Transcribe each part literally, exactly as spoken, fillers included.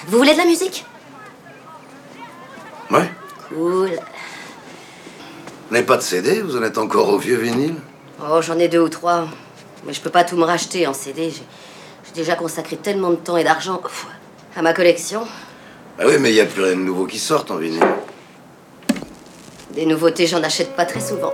Vous voulez de la musique? Ouais. Cool. Vous n'avez pas de C D? Vous en êtes encore au vieux vinyle? Oh, j'en ai deux ou trois. Mais je peux pas tout me racheter en C D. J'ai, j'ai déjà consacré tellement de temps et d'argent pff, à ma collection. Ah oui, mais il n'y a plus rien de nouveau qui sort en vinyle. Des nouveautés, j'en achète pas très souvent.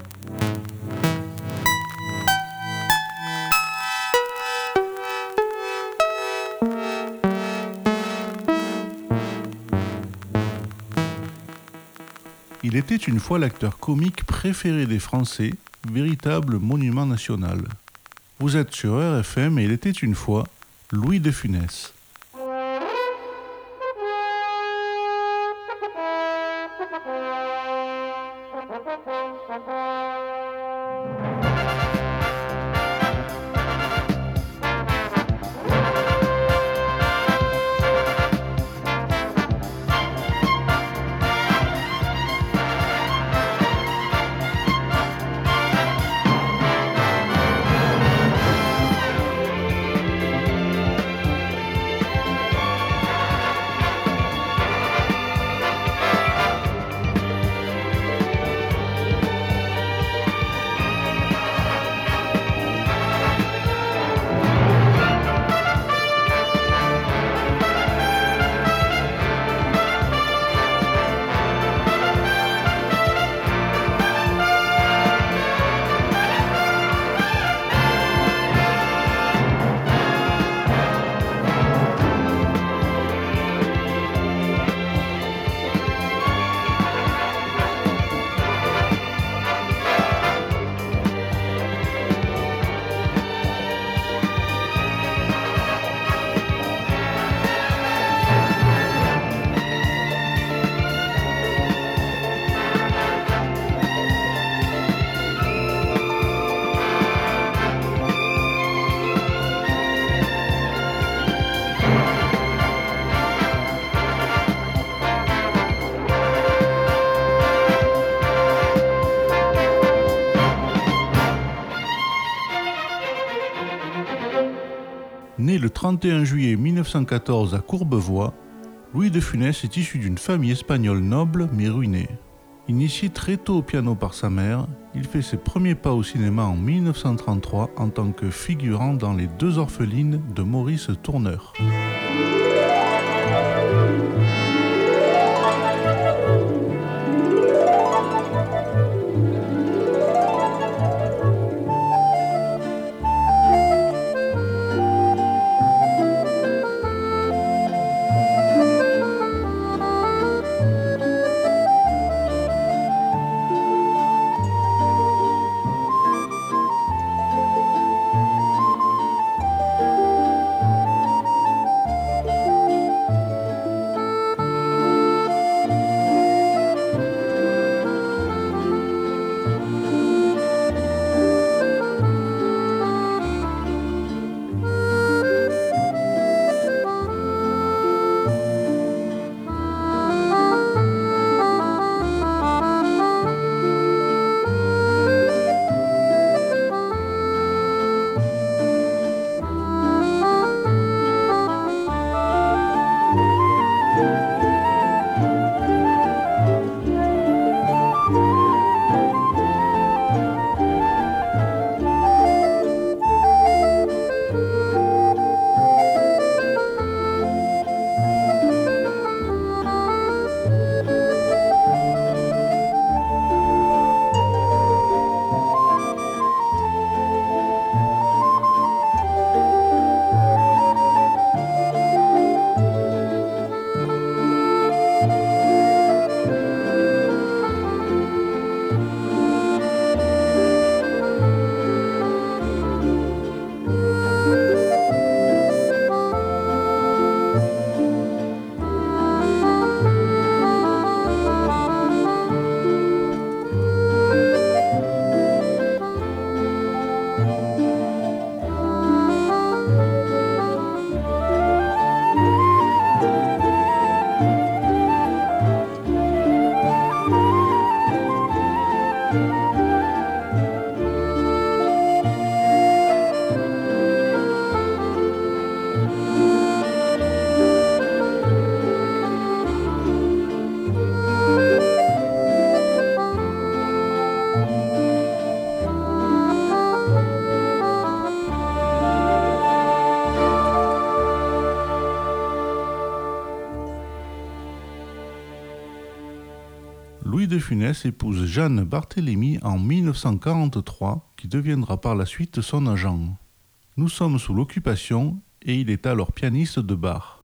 Il était une fois l'acteur comique préféré des Français, véritable monument national. Vous êtes sur R F M et il était une fois Louis de Funès. Né le trente et un juillet mille neuf cent quatorze à Courbevoie, Louis de Funès est issu d'une famille espagnole noble mais ruinée. Initié très tôt au piano par sa mère, il fait ses premiers pas au cinéma en mille neuf cent trente-trois en tant que figurant dans Les Deux Orphelines de Maurice Tourneur. Louis de Funès épouse Jeanne Barthélemy en mille neuf cent quarante-trois, qui deviendra par la suite son agent. Nous sommes sous l'occupation et il est alors pianiste de bar.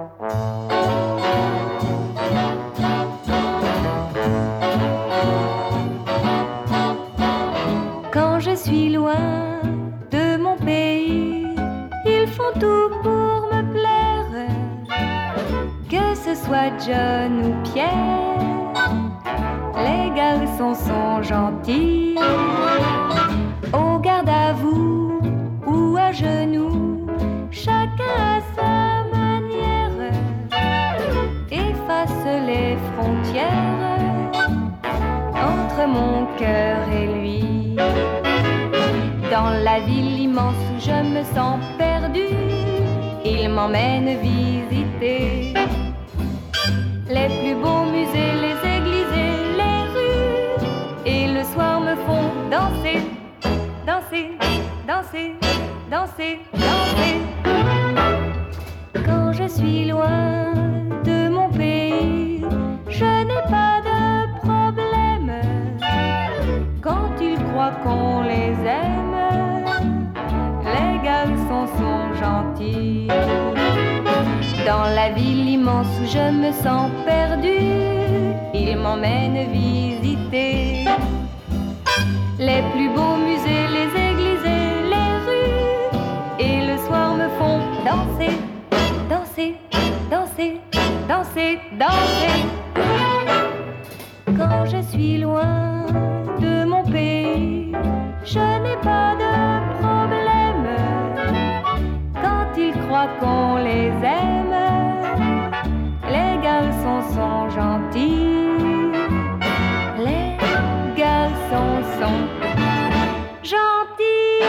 Quand je suis loin de mon pays, ils font tout pour me plaire, que ce soit John ou Pierre, les garçons sont gentils. Au garde à vous ou à genoux, chacun à sa manière efface les frontières entre mon cœur et lui. Dans la ville immense où je me sens perdue, il m'emmène visiter les plus beaux musées, les églises et les rues, et le soir me font danser, danser, danser, danser, danser. Quand je suis loin de mon pays, je n'ai pas de problème. Quand ils croient qu'on les aime, les garçons sont gentils. Dans la ville immense où je me sens perdue, ils m'emmènent visiter les plus beaux musées, les églises et les rues, et le soir me font danser, danser, danser, danser, danser. Quand je suis loin de mon pays, je n'ai pas de problème. Quand ils croient qu'on les aime, les garçons sont gentils. Les garçons sont gentils.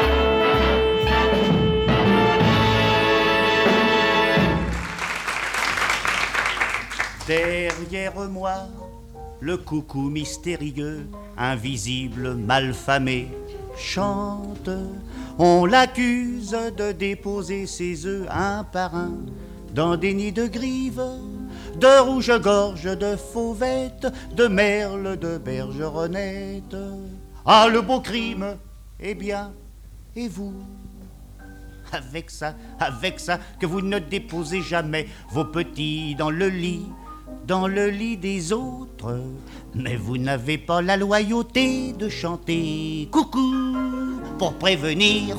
Derrière moi, le coucou mystérieux, invisible, malfamé, chante. On l'accuse de déposer ses œufs un par un dans des nids de grives, de rouge-gorge, de fauvettes, de merles, de bergeronnettes. Ah, le beau crime! Eh bien, et vous? Avec ça, avec ça, que vous ne déposez jamais vos petits dans le lit, dans le lit des autres. Mais vous n'avez pas la loyauté de chanter coucou pour prévenir.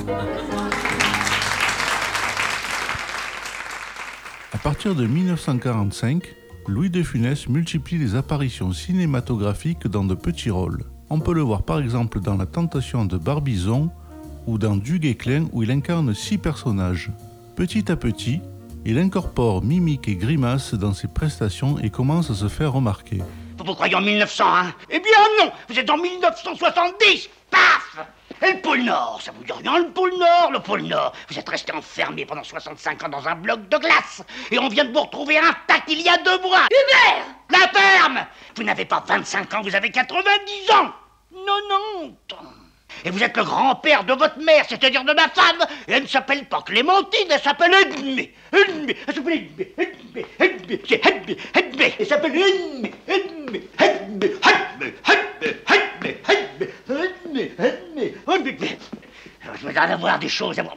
À partir de mille neuf cent quarante-cinq, Louis de Funès multiplie les apparitions cinématographiques dans de petits rôles. On peut le voir par exemple dans La Tentation de Barbizon ou dans Duguay-Clin où il incarne six personnages. Petit à petit, il incorpore mimiques et grimaces dans ses prestations et commence à se faire remarquer. Vous croyez en mille neuf cents, hein? Eh bien non, vous êtes en mille neuf cent soixante-dix. Paf! Et le pôle Nord, ça vous dit rien, le pôle Nord, le pôle Nord. Vous êtes resté enfermé pendant soixante-cinq ans dans un bloc de glace. Et on vient de vous retrouver intact il y a deux mois. Hubert! La ferme! Vous n'avez pas vingt-cinq ans, vous avez quatre-vingt-dix ans. quatre-vingt-dix. Et vous êtes le grand-père de votre mère, c'est-à-dire de ma femme. Et elle ne s'appelle pas Clémentine, elle s'appelle Edmé. Edmé, elle s'appelle Edmé, Edmé, Edmé, c'est Edmé, Edmé. Elle s'appelle Edmé, Edmé, Edmé, Edmé, Edmé, Edmé, Edmé, Edmé, Edmé, Edmé. Je vais en avoir des choses à voir.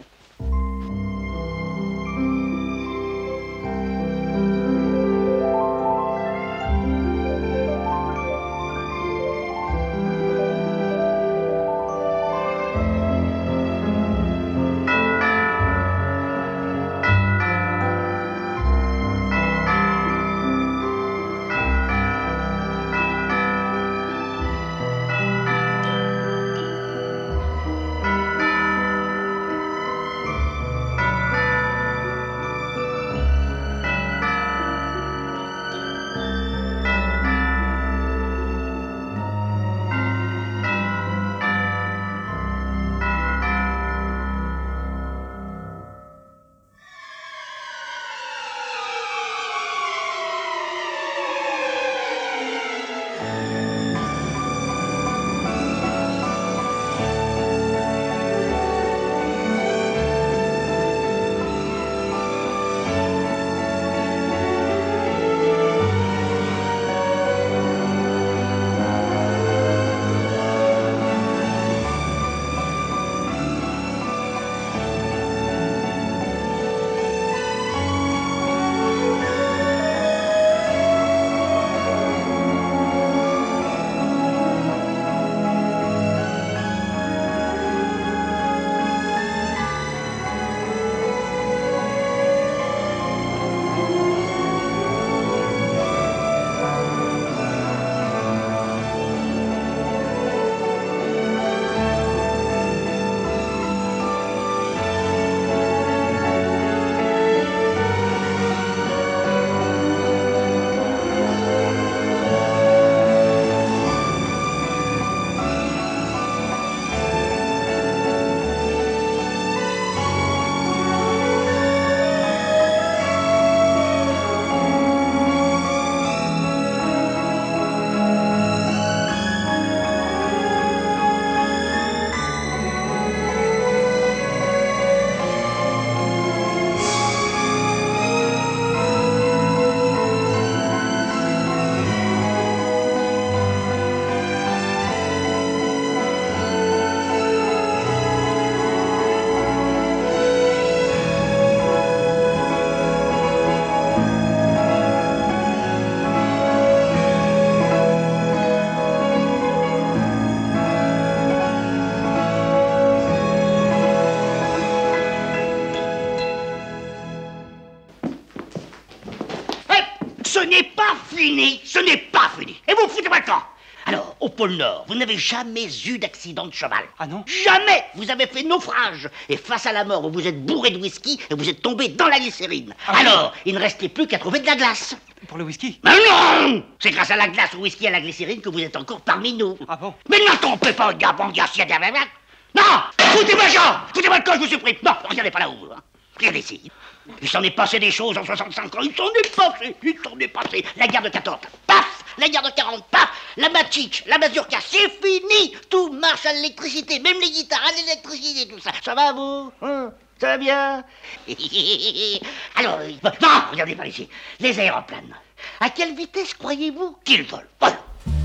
Ce n'est pas fini, ce n'est pas fini. Et vous foutez-moi le camp. Alors, au pôle Nord, vous n'avez jamais eu d'accident de cheval. Ah non? Jamais. Vous avez fait naufrage. Et face à la mort, vous vous êtes bourré de whisky et vous êtes tombé dans la glycérine. Ah Alors, il ne restait plus qu'à trouver de la glace. Pour le whisky? Mais non! C'est grâce à la glace, au whisky et à la glycérine que vous êtes encore parmi nous. Ah bon? Mais ne trompez pas, gars, bon gars, si y a des... Non! Foutez-moi le camp! Foutez-moi le camp, je vous supplie. Non, regardez pas là-haut. Hein. Regardez ici. Il s'en est passé des choses en soixante-cinq ans. Il s'en est passé. Il s'en est passé. La guerre de quatorze. Paf! La guerre de quarante. Paf! La Matchik. La mazurka. C'est fini. Tout marche à l'électricité. Même les guitares à l'électricité, tout ça. Ça va, vous? Hein? Ça va bien? Alors, non, regardez par ici. Les aéroplanes. À quelle vitesse croyez-vous qu'ils volent? Voilà.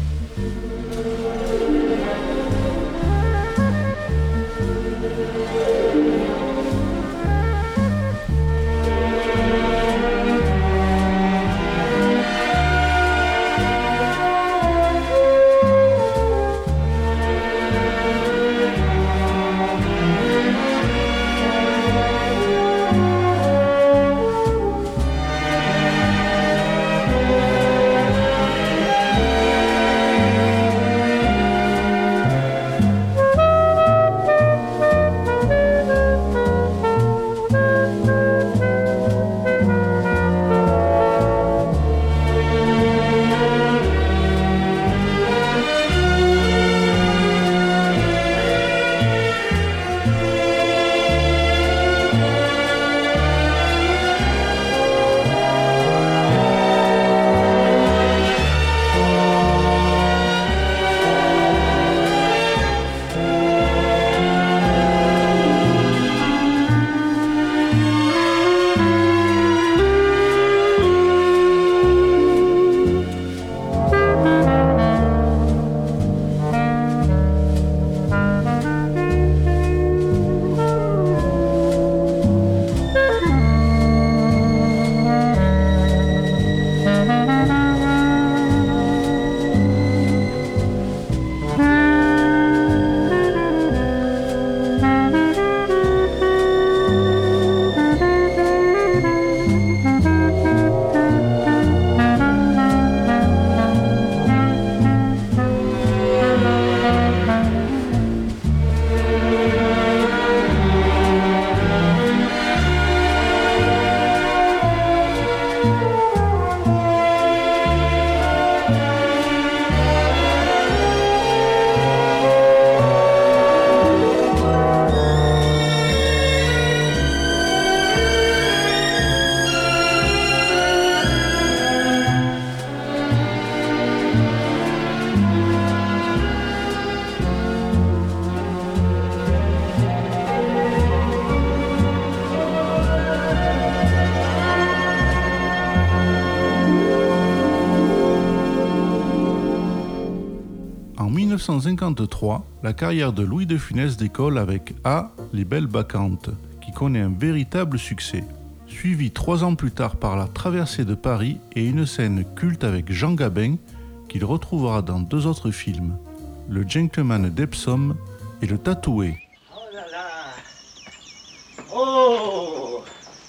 En mille neuf cent cinquante-trois, la carrière de Louis de Funès décolle avec A, Les Belles Bacchantes, qui connaît un véritable succès, suivi trois ans plus tard par La Traversée de Paris et une scène culte avec Jean Gabin, qu'il retrouvera dans deux autres films, Le Gentleman d'Epsom et Le Tatoué. Oh là là! Oh!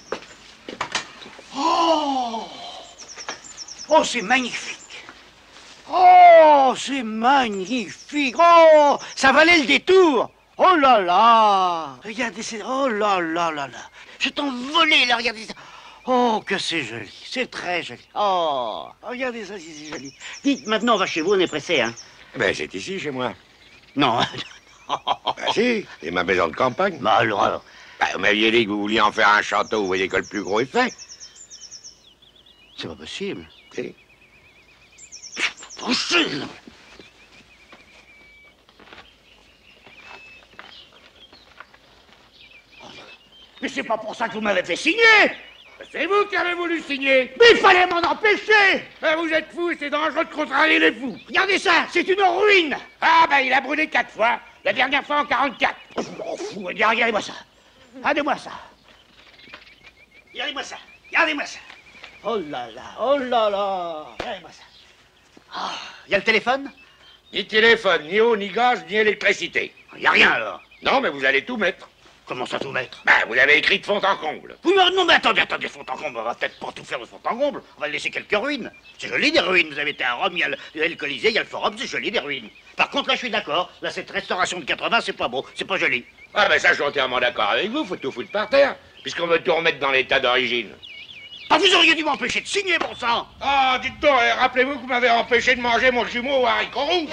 Oh! Oh, c'est magnifique! Oh, c'est magnifique! Oh, ça valait le détour! Oh là là! Regardez, c'est... Oh là là là là! Je t'envolais là, regardez ça! Oh, que c'est joli! C'est très joli! Oh! Regardez ça, c'est joli! Dites, maintenant on va chez vous, on est pressé, hein? Ben, c'est ici, chez moi. Non! Ben si, c'est ma maison de campagne. Bah alors, alors... Ben, vous m'aviez dit que vous vouliez en faire un château, vous voyez que le plus gros est fait. C'est pas possible! Si. Possible! Mais c'est pas pour ça que vous m'avez fait signer! C'est vous qui avez voulu signer. Mais il fallait m'en empêcher! Ben, vous êtes fous et c'est dangereux de contrarier les fous. Regardez ça, c'est une ruine! Ah, ben, il a brûlé quatre fois. La dernière fois en quarante-quatre. Je m'en fous, regardez-moi ça! Regardez-moi ça! Regardez-moi ça! Regardez-moi ça! Oh là là, oh là là! Regardez-moi ça! Ah, y a le téléphone? Ni téléphone, ni eau, ni gaz, ni électricité. Y a rien alors. Non, mais vous allez tout mettre. Comment ça tout mettre? Ben, vous l'avez écrit de fond en comble. Oui, mais non, mais attendez, attendez, fond en comble, on va peut-être pas tout faire de fond en comble. On va laisser quelques ruines. C'est joli des ruines. Vous avez été à Rome, il y a le, il y a le Colisée, il y a le Forum, c'est joli des ruines. Par contre, là, je suis d'accord. Là, cette restauration de quatre-vingts, c'est pas beau, c'est pas joli. Ah ben ça, je suis entièrement d'accord avec vous, faut tout foutre par terre, puisqu'on veut tout remettre dans l'état d'origine. Ah, vous auriez dû m'empêcher de signer, bon sang! Ah, dites donc, eh, rappelez-vous que vous m'avez empêché de manger mon jumeau au haricot rouge.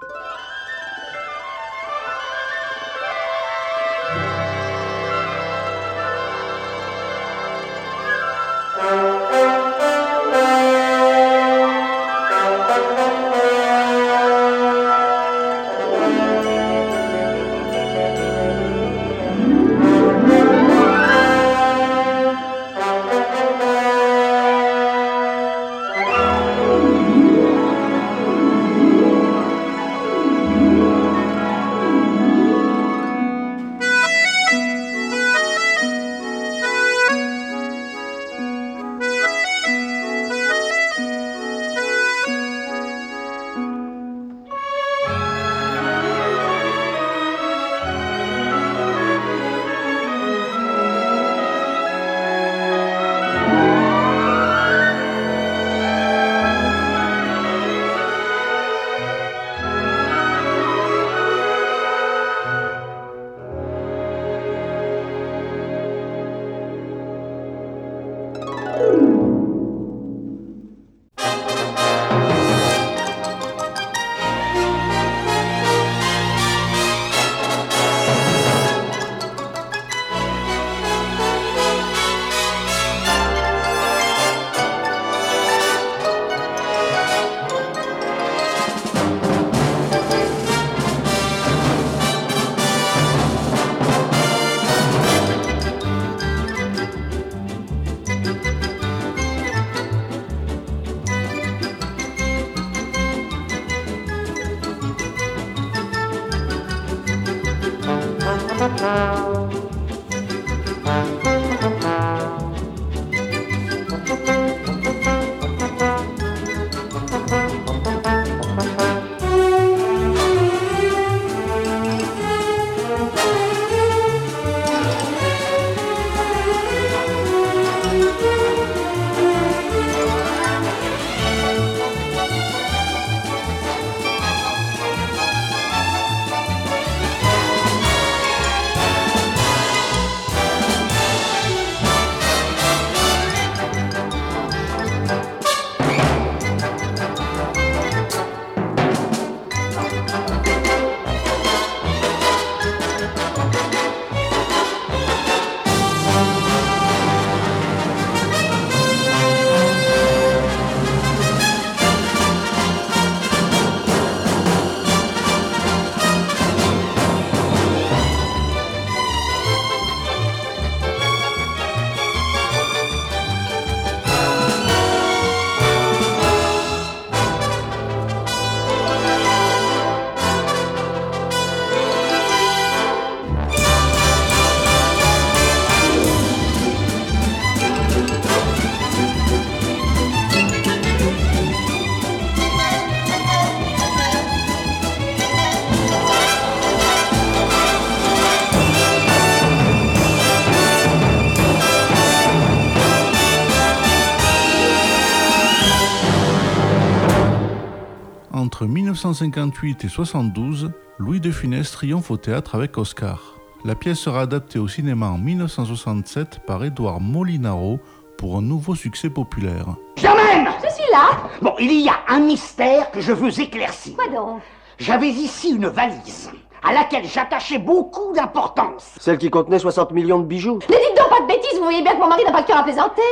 Entre mille neuf cent cinquante-huit et soixante-douze, Louis de Funès triomphe au théâtre avec Oscar. La pièce sera adaptée au cinéma en mille neuf cent soixante-sept par Édouard Molinaro pour un nouveau succès populaire. Germaine! Je suis là. Bon, il y a un mystère que je veux éclaircir. Quoi donc? J'avais ici une valise à laquelle j'attachais beaucoup d'importance. Celle qui contenait soixante millions de bijoux. Ne dites donc pas de bêtises, vous voyez bien que mon mari n'a pas le cœur à plaisanter.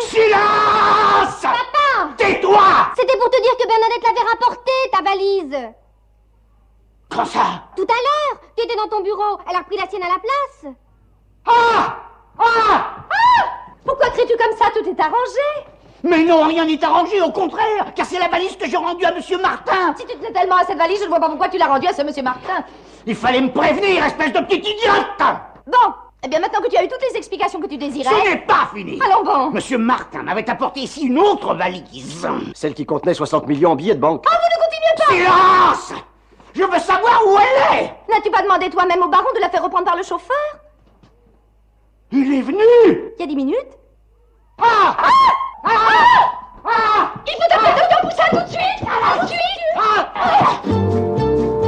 Silence! Papa! Tais-toi! C'était pour te dire que Bernadette l'avait rapportée, ta valise. Quand ça? Tout à l'heure, tu étais dans ton bureau, elle a repris la sienne à la place. Ah! Ah! Ah! Pourquoi cries-tu comme ça? Tout est arrangé. Mais non, rien n'est arrangé, au contraire, car c'est la valise que j'ai rendue à Monsieur Martin. Si tu tenais tellement à cette valise, je ne vois pas pourquoi tu l'as rendue à ce Monsieur Martin. Il fallait me prévenir, espèce de petite idiote! Bon, eh bien maintenant que tu as eu toutes les explications que tu désirais... Ce n'est pas fini. Allons bon. Monsieur Martin m'avait apporté ici une autre valise. Celle qui contenait soixante millions en billets de banque. Ah, vous ne continuez pas! Silence! Je veux savoir où elle est! N'as-tu pas demandé toi-même au baron de la faire reprendre par le chauffeur? Il est venu. Il y a dix minutes. Ah ah ah ah, ah Il faut appeler le docteur Poussin tout de suite. Tout de suite. ah, ah.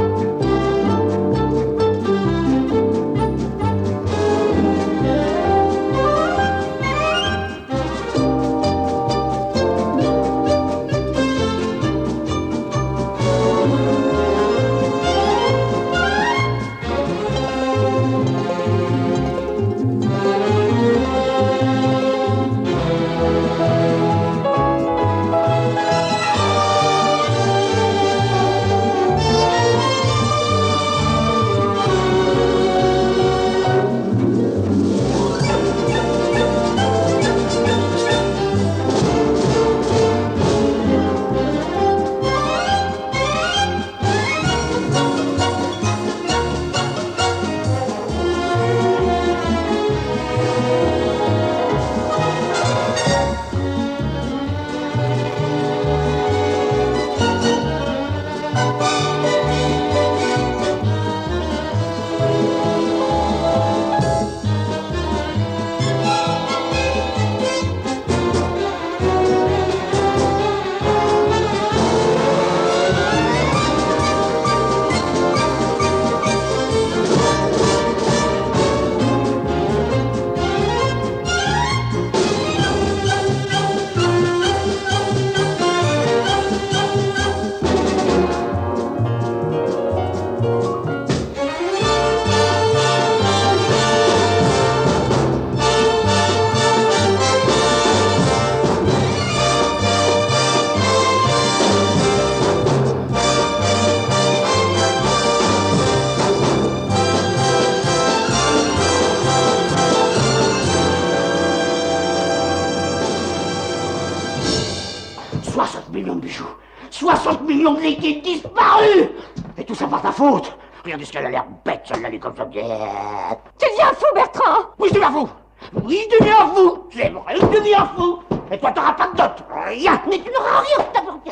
soixante millions de bijoux, soixante millions de liquides disparus. Et tout ça par ta faute. Regardez ce qu'elle a l'air bête, celle-là, elle est comme ça. Tu deviens fou, Bertrand. Oui, je deviens fou. Oui, je deviens fou. C'est vrai, je deviens fou. Et toi, t'auras pas de dot. Rien. Mais tu n'auras rien.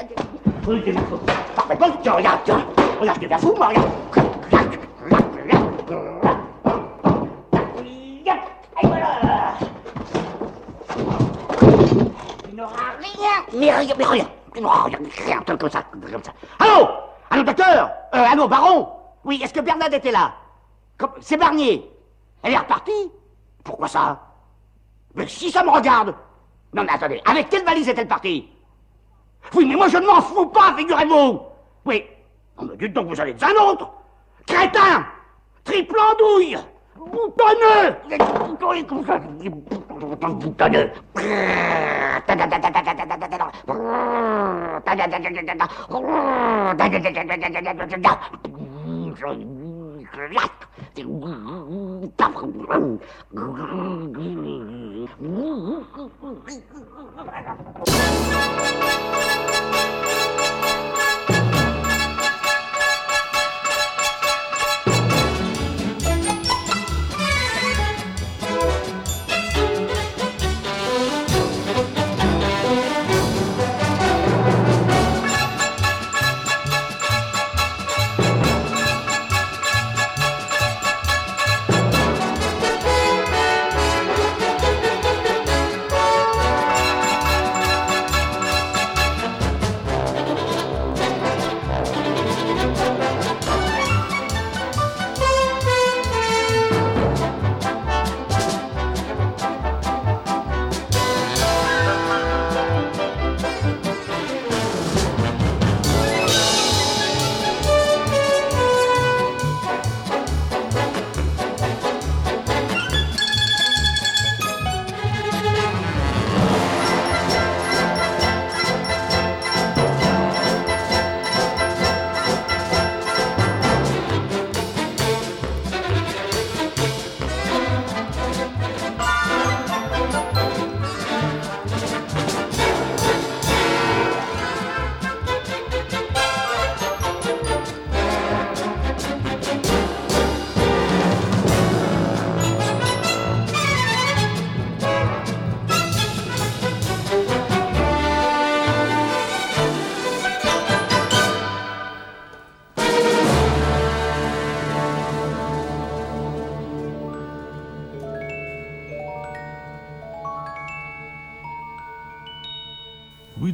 Oui, je deviens fou. Parfaitement. Tiens, regarde, tiens. Regarde, je deviens fou, moi, regarde. Regarde, regarde, regarde. Et voilà. Tu n'auras rien. Mais rien, mais rien. Tu n'auras rien, rien, comme ça, comme ça. Allô? Allô, docteur? Euh, allô, baron? Oui, est-ce que Bernadette est là? Comme... C'est Barnier. Elle est repartie? Pourquoi ça? Mais si ça me regarde. Non, mais attendez, avec quelle valise est-elle partie? Oui, mais moi je ne m'en fous pas, figurez-vous. Oui. Non, mais dites donc, vous allez être un autre. Crétin. Triple andouille. Boutonneux. Boutonneux.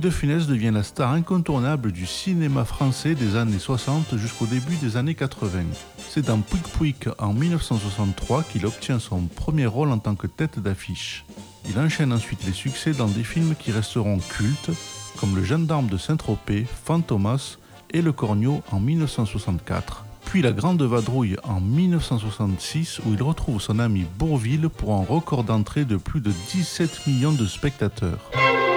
de Funès devient la star incontournable du cinéma français des années soixante jusqu'au début des années quatre-vingts. C'est dans Pouic Pouic en dix-neuf cent soixante-trois qu'il obtient son premier rôle en tant que tête d'affiche. Il enchaîne ensuite les succès dans des films qui resteront cultes, comme Le Gendarme de Saint-Tropez, Fantomas et Le Corneau en dix-neuf cent soixante-quatre, puis La Grande Vadrouille en dix-neuf cent soixante-six où il retrouve son ami Bourvil pour un record d'entrée de plus de dix-sept millions de spectateurs.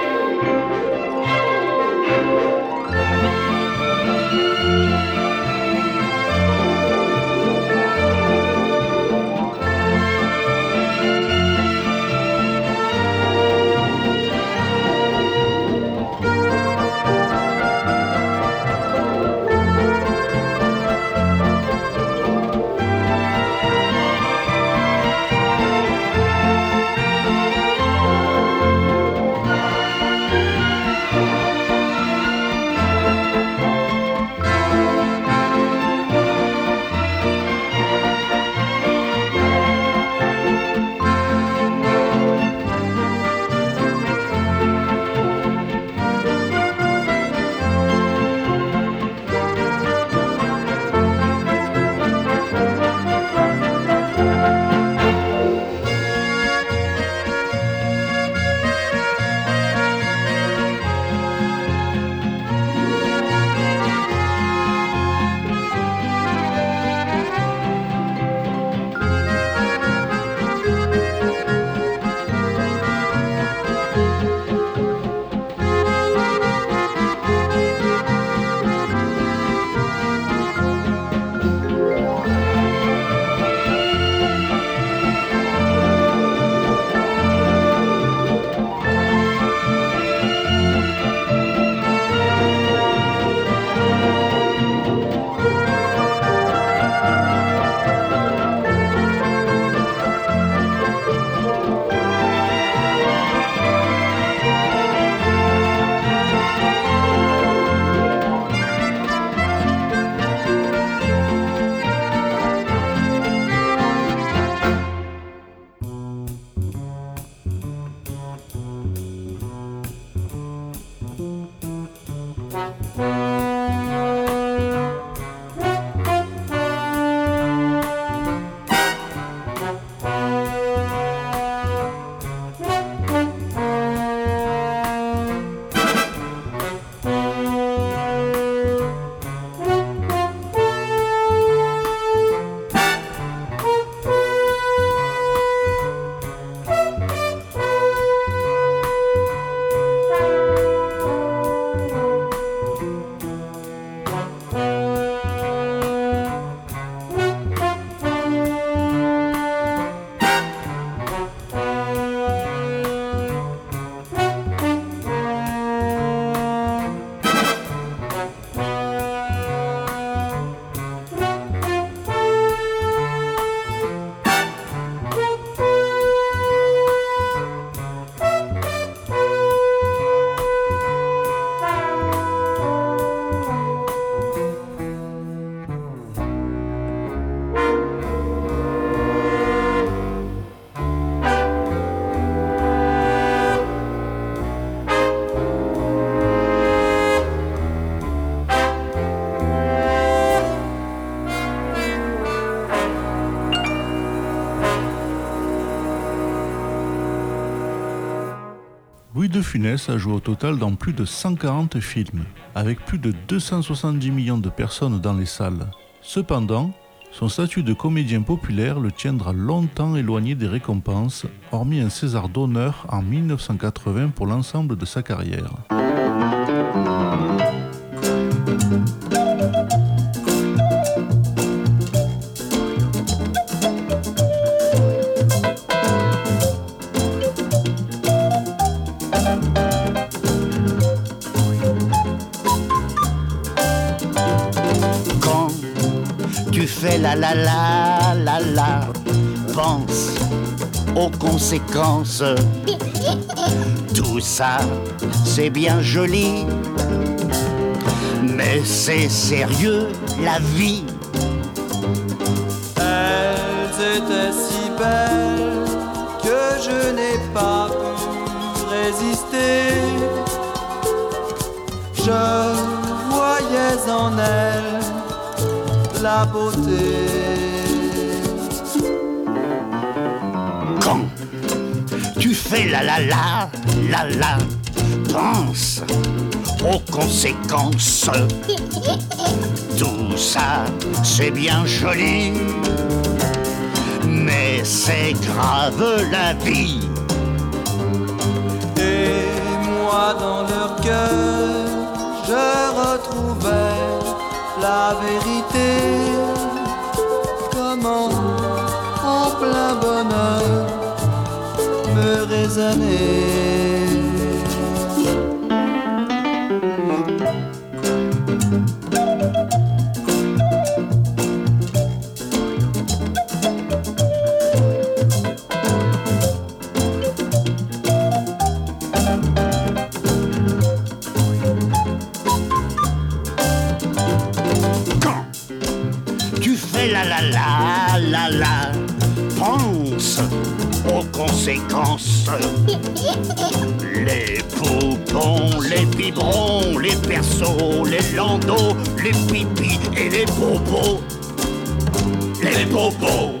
Louis de Funès a joué au total dans plus de cent quarante films, avec plus de deux cent soixante-dix millions de personnes dans les salles. Cependant, son statut de comédien populaire le tiendra longtemps éloigné des récompenses, hormis un César d'honneur en dix-neuf cent quatre-vingts pour l'ensemble de sa carrière. Tu fais la la la la la, pense aux conséquences. Tout ça, c'est bien joli, mais c'est sérieux la vie. Elles étaient si belles que je n'ai pas pu résister. je voyais en elle la beauté. Quand tu fais la la la, la la, pense aux conséquences. Tout ça, c'est bien joli, mais c'est grave la vie. Et moi dans leur cœur, je retrouvais la vérité. Comment en plein bonheur me raisonner. La la la la la, pense aux conséquences. Les poupons, les biberons, les perceaux, les landaux, les pipis et les bobos. Les bobos.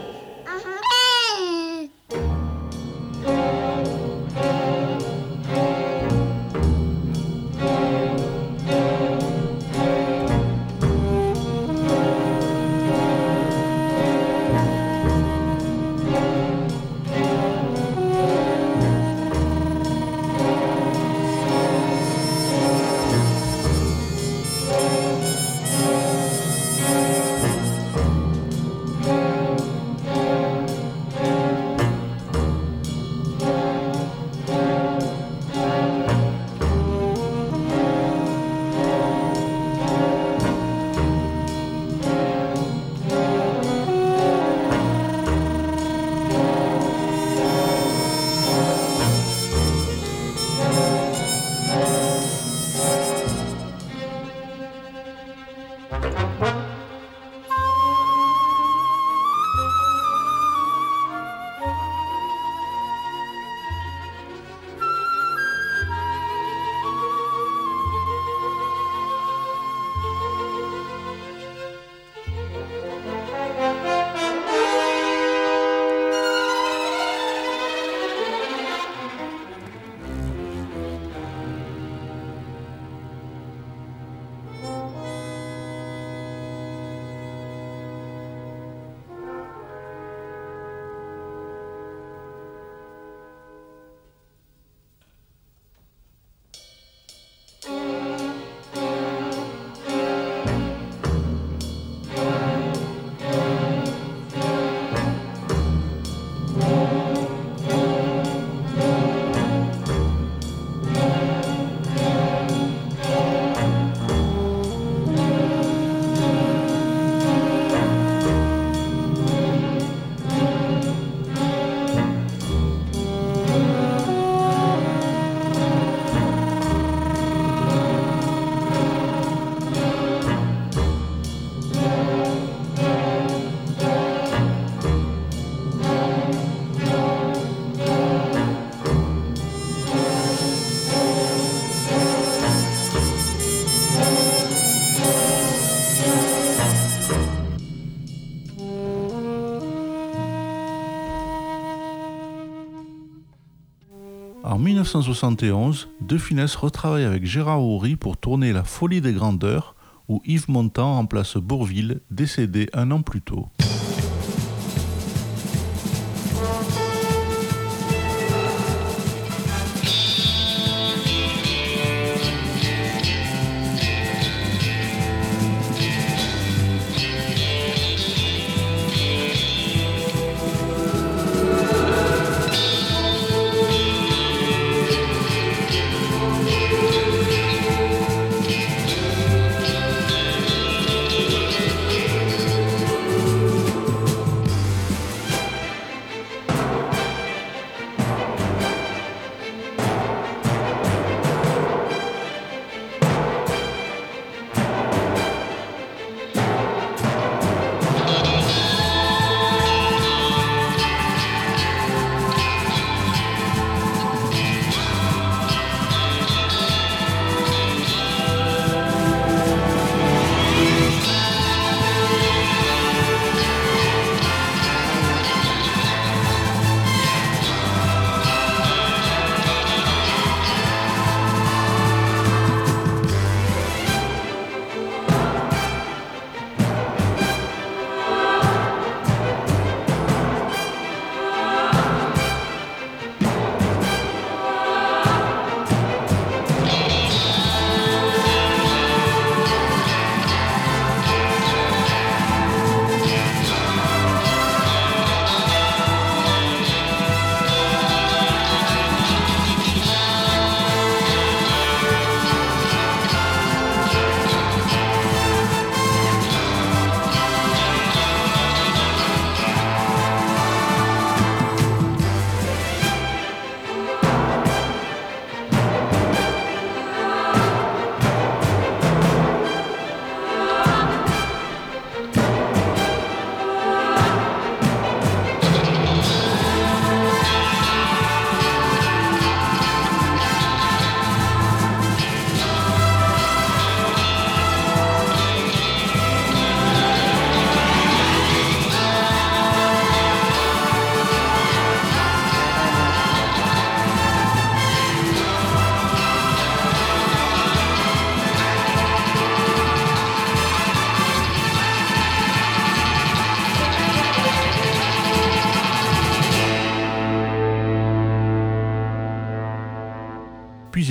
En mille neuf cent soixante et onze, De Funès retravaille avec Gérard Houry pour tourner La Folie des Grandeurs, où Yves Montand remplace Bourvil, décédé un an plus tôt.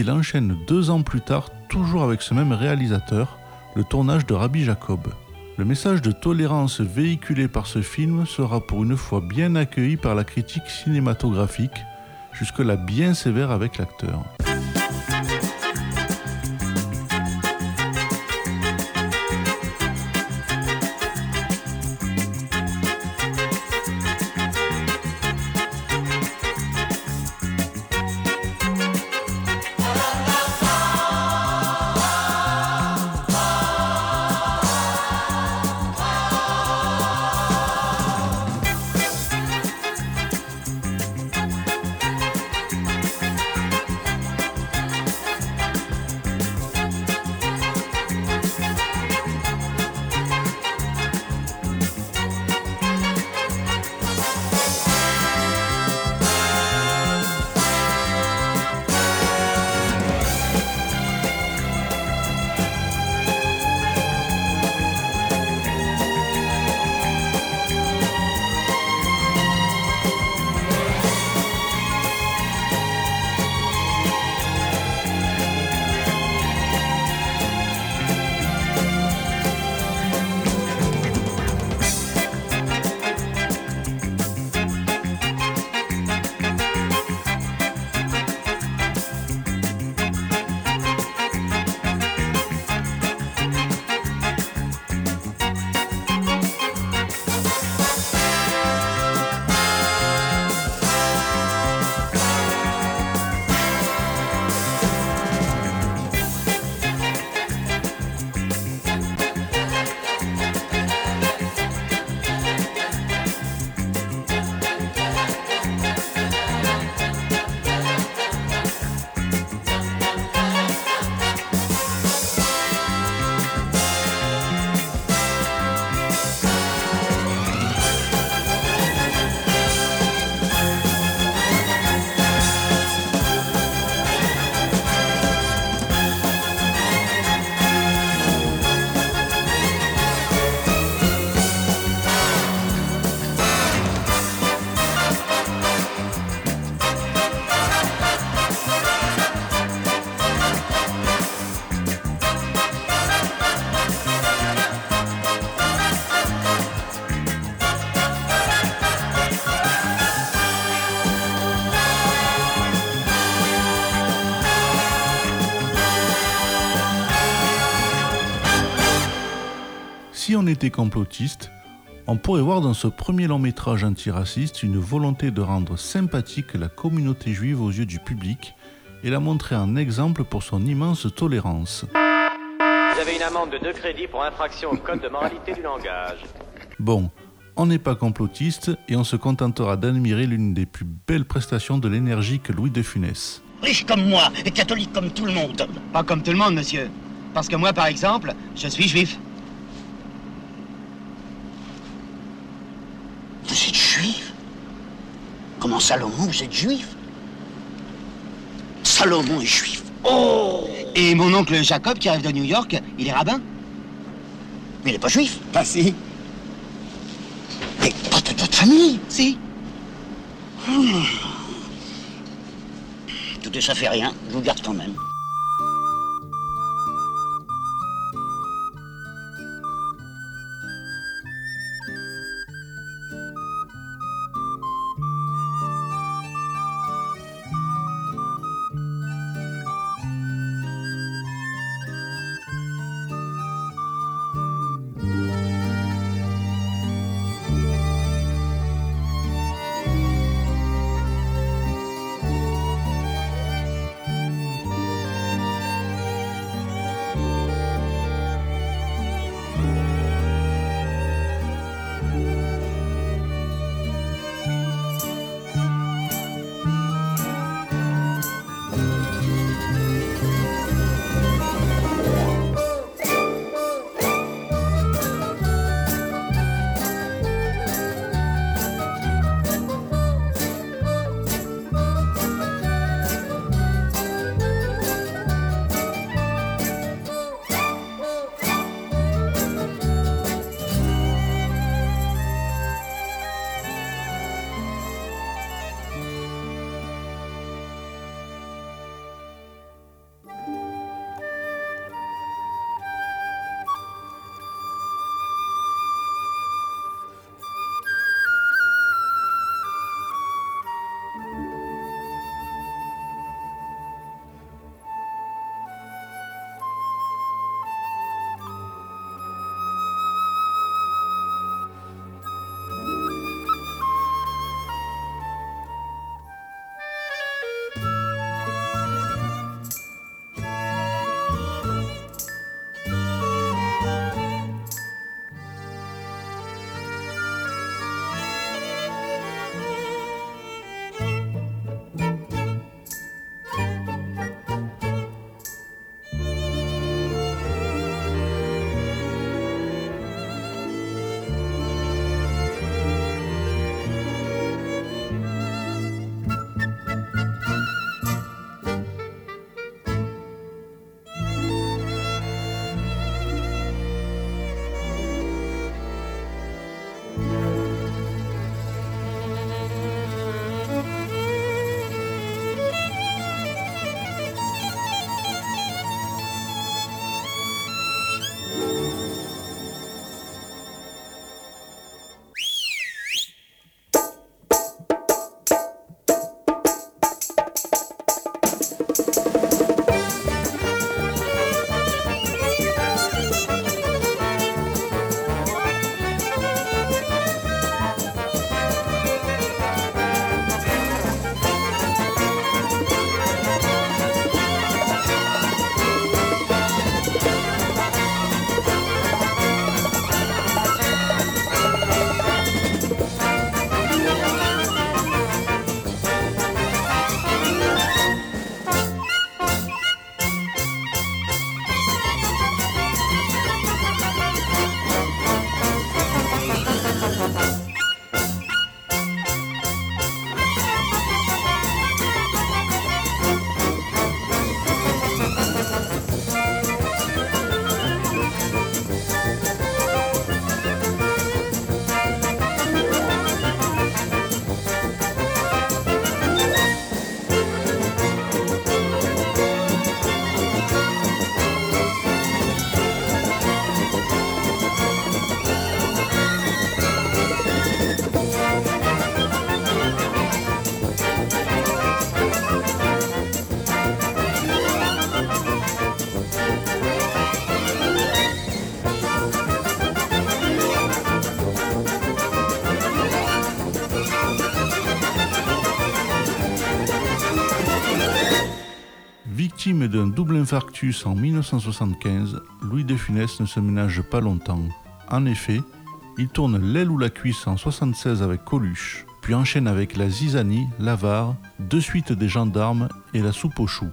il enchaîne deux ans plus tard, toujours avec ce même réalisateur, le tournage de Rabbi Jacob. Le message de tolérance véhiculé par ce film sera pour une fois bien accueilli par la critique cinématographique, jusque-là bien sévère avec l'acteur. Si on était complotiste, on pourrait voir dans ce premier long métrage antiraciste une volonté de rendre sympathique la communauté juive aux yeux du public et la montrer en exemple pour son immense tolérance. Vous avez une amende de deux crédits pour infraction au code de moralité du langage. Bon, on n'est pas complotiste et on se contentera d'admirer l'une des plus belles prestations de l'énergique Louis de Funès. Riche comme moi et catholique comme tout le monde. Pas comme tout le monde, monsieur. Parce que moi, par exemple, je suis juif. Vous êtes juif? Comment Salomon, vous êtes juif? Salomon est juif. Oh! Et mon oncle Jacob, qui arrive de New York, il est rabbin? Mais il n'est pas juif. Bah si. Mais pas de votre famille? Si. Hmm. Tout ça fait rien, je vous garde quand même. Victime d'un double infarctus en mille neuf cent soixante-quinze, Louis de Funès ne se ménage pas longtemps. En effet, il tourne L'aile ou la cuisse en soixante-seize avec Coluche, puis enchaîne avec La Zizanie, L'Avare, De suite des gendarmes et La soupe aux choux.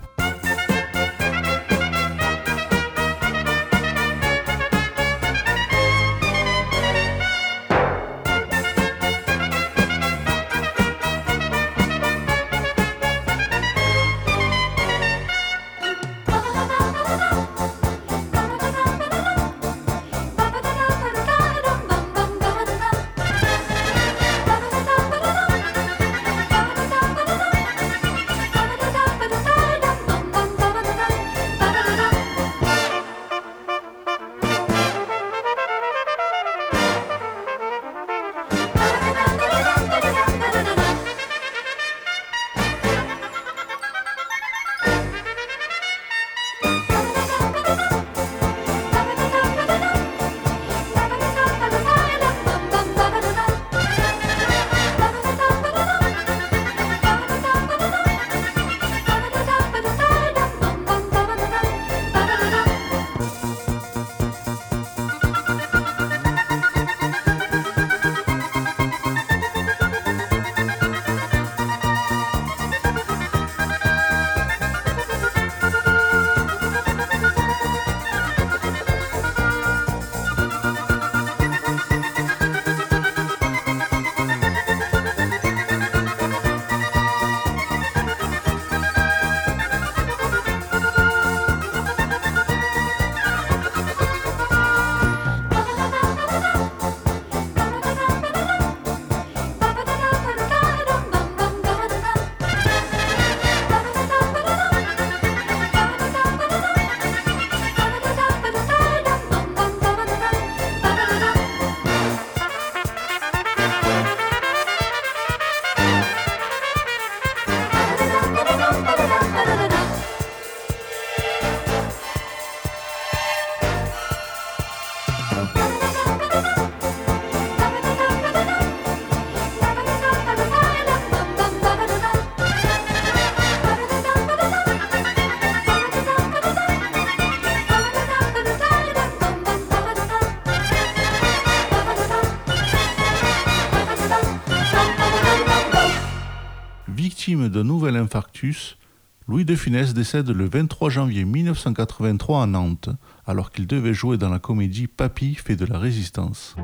Victime d'un nouvel infarctus, Louis de Funès décède le vingt-trois janvier mille neuf cent quatre-vingt-trois à Nantes, alors qu'il devait jouer dans la comédie Papy fait de la résistance.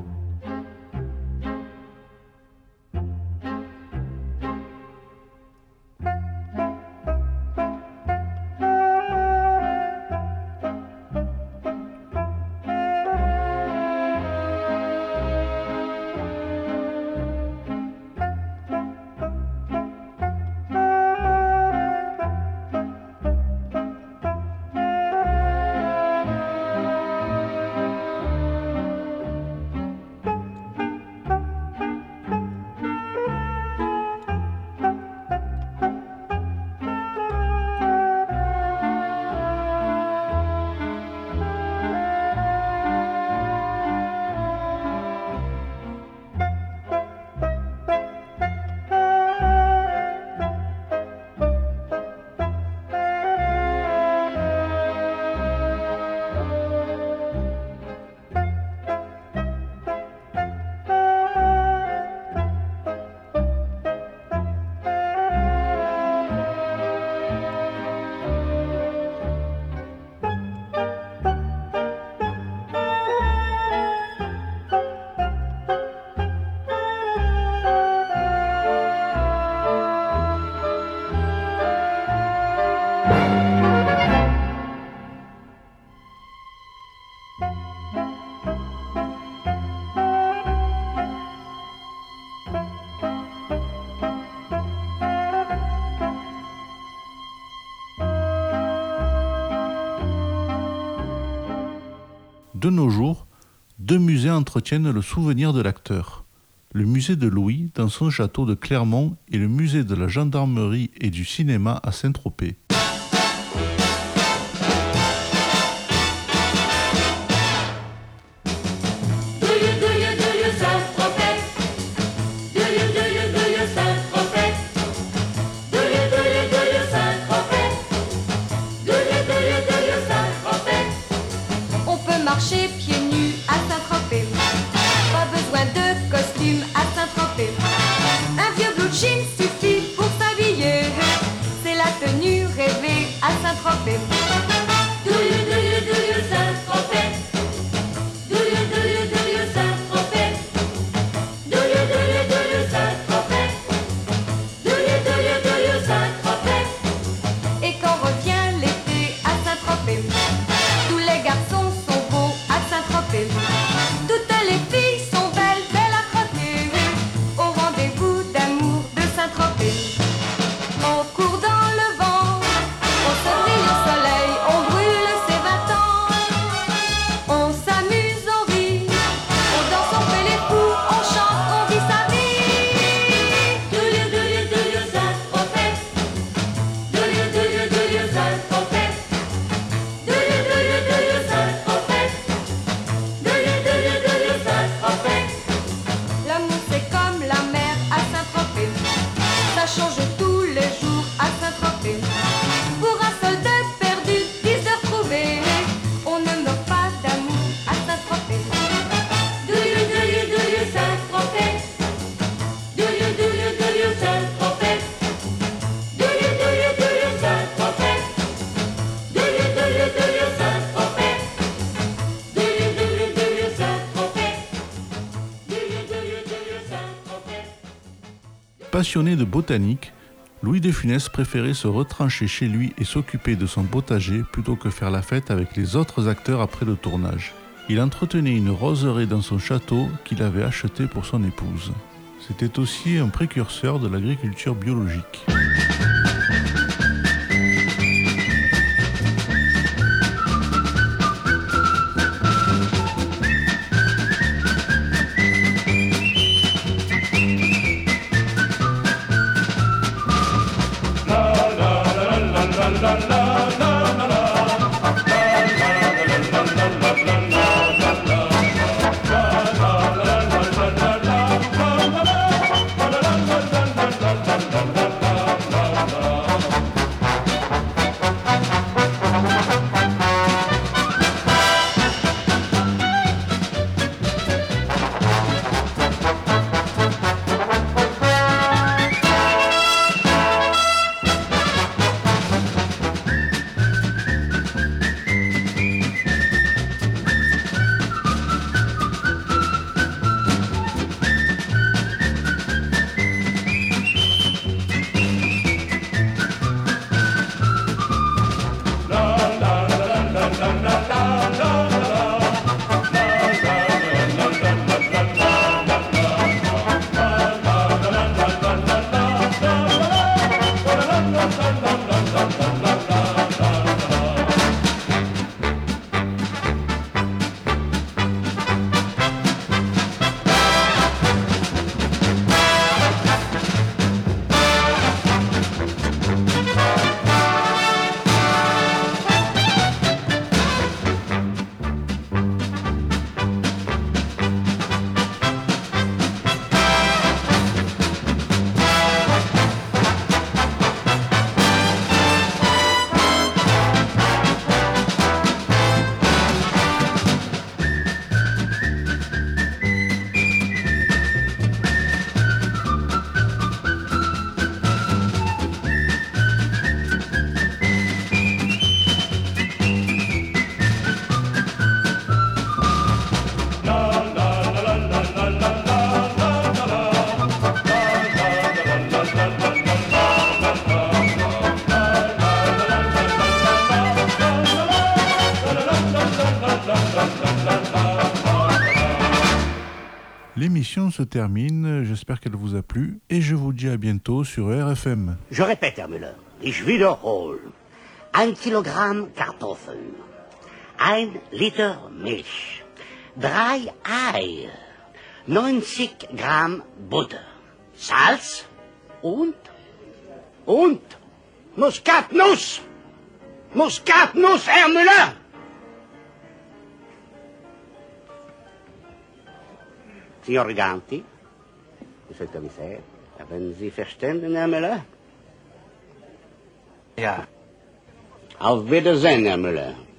De nos jours, deux musées entretiennent le souvenir de l'acteur. Le musée de Louis, dans son château de Clermont, et le musée de la gendarmerie et du cinéma à Saint-Tropez. Do pieds nus à Saint-Tropez. Pas besoin de costume à Saint-Tropez. Un vieux blue jean suffit pour s'habiller. C'est la tenue rêvée à Saint-Tropez. Do you, do you, do you Saint-Tropez? Do you, do you, do you Saint-Tropez? Do you, do you, do you Saint-Tropez? Do you, do you, do you Saint-Tropez? Et quand revient l'été à Saint-Tropez, tous les garçons sont beaux à Saint-Tropez. Toutes les filles sont belles, belles à croquer. Au rendez-vous d'amour de Saint-Tropez. On court dans le vent, on se brille au soleil, on brûle ses vingt ans. On s'amuse, on rit, on danse, on fait les fous, on chante, on vit sa vie. Do you, do you, do you Saint-Tropez? Do you, do you, do you Saint-Tropez? Do you, do you, do you Saint-Tropez? Do you, do you, do you Saint-Tropez? L'amour c'est comme la mer à Saint-Tropez. Ça change tous les jours à Saint-Tropez. Pour un soldat perdu, dix heures trouvées. On ne meurt pas d'amour à Saint-Tropez. Do you, do you, do you Saint-Tropez? Do you, do you, do you Saint-Tropez? Do you, do you, do you Saint-Tropez? Do you, do you, do you Saint-Tropez? Do you, do you, do you Saint-Tropez? Do you, do you, do you Saint-Tropez? Passionné de botanique, Louis de Funès préférait se retrancher chez lui et s'occuper de son potager plutôt que faire la fête avec les autres acteurs après le tournage. Il entretenait une roseraie dans son château qu'il avait acheté pour son épouse. C'était aussi un précurseur de l'agriculture biologique. L'émission se termine, j'espère qu'elle vous a plu et je vous dis à bientôt sur R F M. Je répète, Herr Müller, ich wiederhole. Un Kilogramm Kartoffeln, ein Liter Milch, drei Eier, neunzig Gramm Butter, Salz und, und Muskatnuss. Muskatnuss, Herr Müller! Signor Riganti, Monsieur le Commissaire, haben Sie verstanden, Herr Müller? Ja. Auf Wiedersehen, Herr Müller.